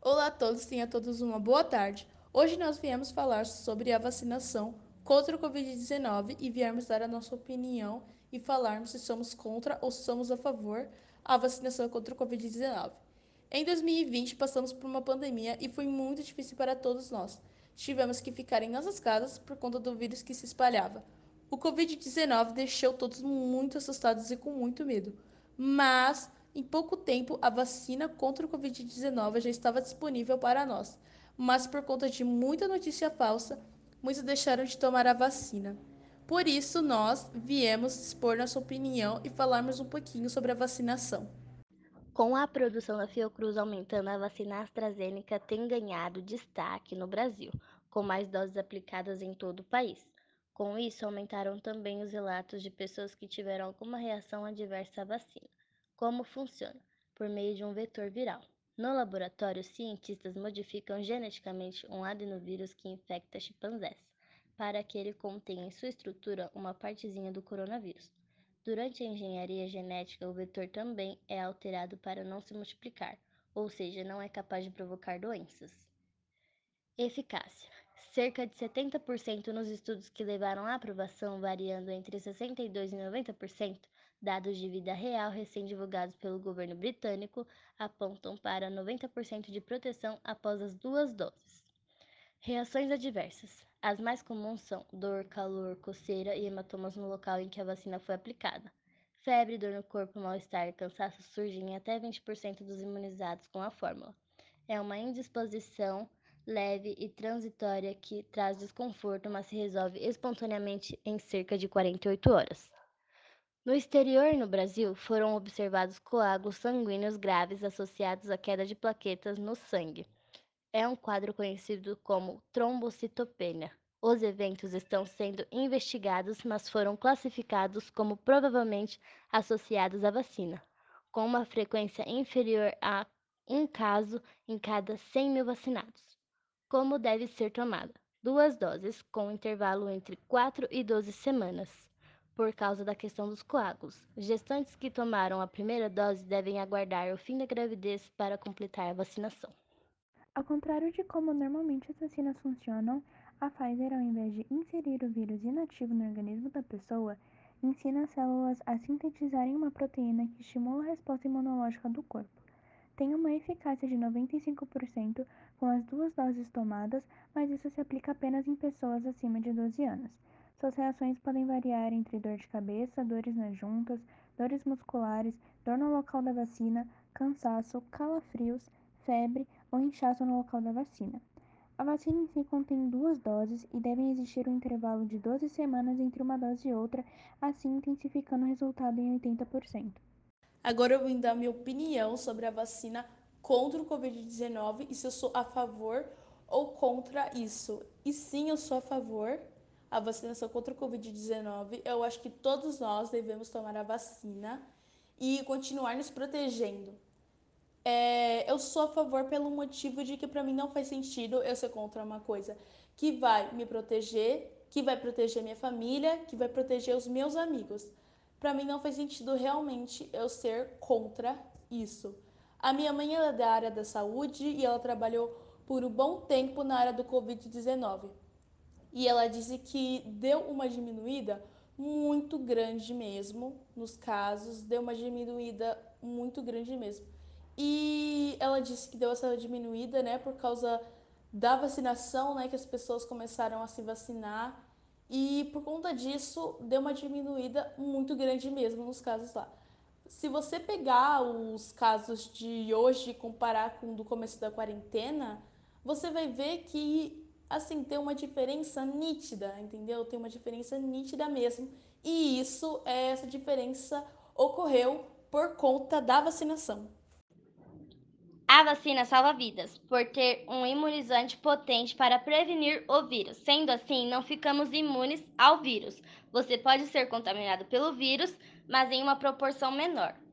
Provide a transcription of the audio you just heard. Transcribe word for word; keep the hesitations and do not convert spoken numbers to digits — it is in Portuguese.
Olá a todos, tenha todos uma boa tarde. Hoje nós viemos falar sobre a vacinação contra o covid dezenove e viemos dar a nossa opinião e falarmos se somos contra ou se somos a favor a vacinação contra o covid dezenove. Em dois mil e vinte, passamos por uma pandemia e foi muito difícil para todos nós. Tivemos que ficar em nossas casas por conta do vírus que se espalhava. O covid dezenove deixou todos muito assustados e com muito medo, mas em pouco tempo a vacina contra o covid dezenove já estava disponível para nós. Mas por conta de muita notícia falsa, muitos deixaram de tomar a vacina. Por isso, nós viemos expor nossa opinião e falarmos um pouquinho sobre a vacinação. Com a produção da Fiocruz aumentando, a vacina AstraZeneca tem ganhado destaque no Brasil, com mais doses aplicadas em todo o país. Com isso, aumentaram também os relatos de pessoas que tiveram alguma reação adversa à vacina. Como funciona? Por meio de um vetor viral. No laboratório, cientistas modificam geneticamente um adenovírus que infecta chimpanzés, para que ele contenha em sua estrutura uma partezinha do coronavírus. Durante a engenharia genética, o vetor também é alterado para não se multiplicar, ou seja, não é capaz de provocar doenças. Eficácia: cerca de setenta por cento nos estudos que levaram à aprovação, variando entre sessenta e dois por cento e noventa por cento, dados de vida real recém-divulgados pelo governo britânico apontam para noventa por cento de proteção após as duas doses. Reações adversas: as mais comuns são dor, calor, coceira e hematomas no local em que a vacina foi aplicada. Febre, dor no corpo, mal-estar e cansaço surgem em até vinte por cento dos imunizados com a fórmula. É uma indisposição leve e transitória que traz desconforto, mas se resolve espontaneamente em cerca de quarenta e oito horas. No exterior e no Brasil, foram observados coágulos sanguíneos graves associados à queda de plaquetas no sangue. É um quadro conhecido como trombocitopenia. Os eventos estão sendo investigados, mas foram classificados como provavelmente associados à vacina, com uma frequência inferior a um caso em cada cem mil vacinados. Como deve ser tomada? Duas doses, com intervalo entre quatro e doze semanas, por causa da questão dos coágulos. Gestantes que tomaram a primeira dose devem aguardar o fim da gravidez para completar a vacinação. Ao contrário de como normalmente as vacinas funcionam, a Pfizer, ao invés de inserir o vírus inativo no organismo da pessoa, ensina as células a sintetizarem uma proteína que estimula a resposta imunológica do corpo. Tem uma eficácia de noventa e cinco por cento com as duas doses tomadas, mas isso se aplica apenas em pessoas acima de doze anos. Suas reações podem variar entre dor de cabeça, dores nas juntas, dores musculares, dor no local da vacina, cansaço, calafrios, febre ou inchaço no local da vacina. A vacina em si contém duas doses e devem existir um intervalo de doze semanas entre uma dose e outra, assim intensificando o resultado em oitenta por cento. Agora eu vim dar minha opinião sobre a vacina contra o covid dezenove e se eu sou a favor ou contra isso. E sim, eu sou a favor a vacinação contra o covid dezenove. Eu acho que todos nós devemos tomar a vacina e continuar nos protegendo. É, eu sou a favor pelo motivo de que para mim não faz sentido eu ser contra uma coisa que vai me proteger, que vai proteger minha família, que vai proteger os meus amigos. Para mim não faz sentido realmente eu ser contra isso. A minha mãe ela é da área da saúde e ela trabalhou por um bom tempo na área do covid dezenove. E ela disse que deu uma diminuída muito grande mesmo nos casos, deu uma diminuída muito grande mesmo. E ela disse que deu essa diminuída, né, por causa da vacinação, né, que as pessoas começaram a se vacinar. E por conta disso, deu uma diminuída muito grande mesmo nos casos lá. Se você pegar os casos de hoje e comparar com o do começo da quarentena, você vai ver que, assim, tem uma diferença nítida, entendeu? Tem uma diferença nítida mesmo. E isso, essa diferença ocorreu por conta da vacinação. A vacina salva vidas, por ter um imunizante potente para prevenir o vírus. Sendo assim, não ficamos imunes ao vírus. Você pode ser contaminado pelo vírus, mas em uma proporção menor.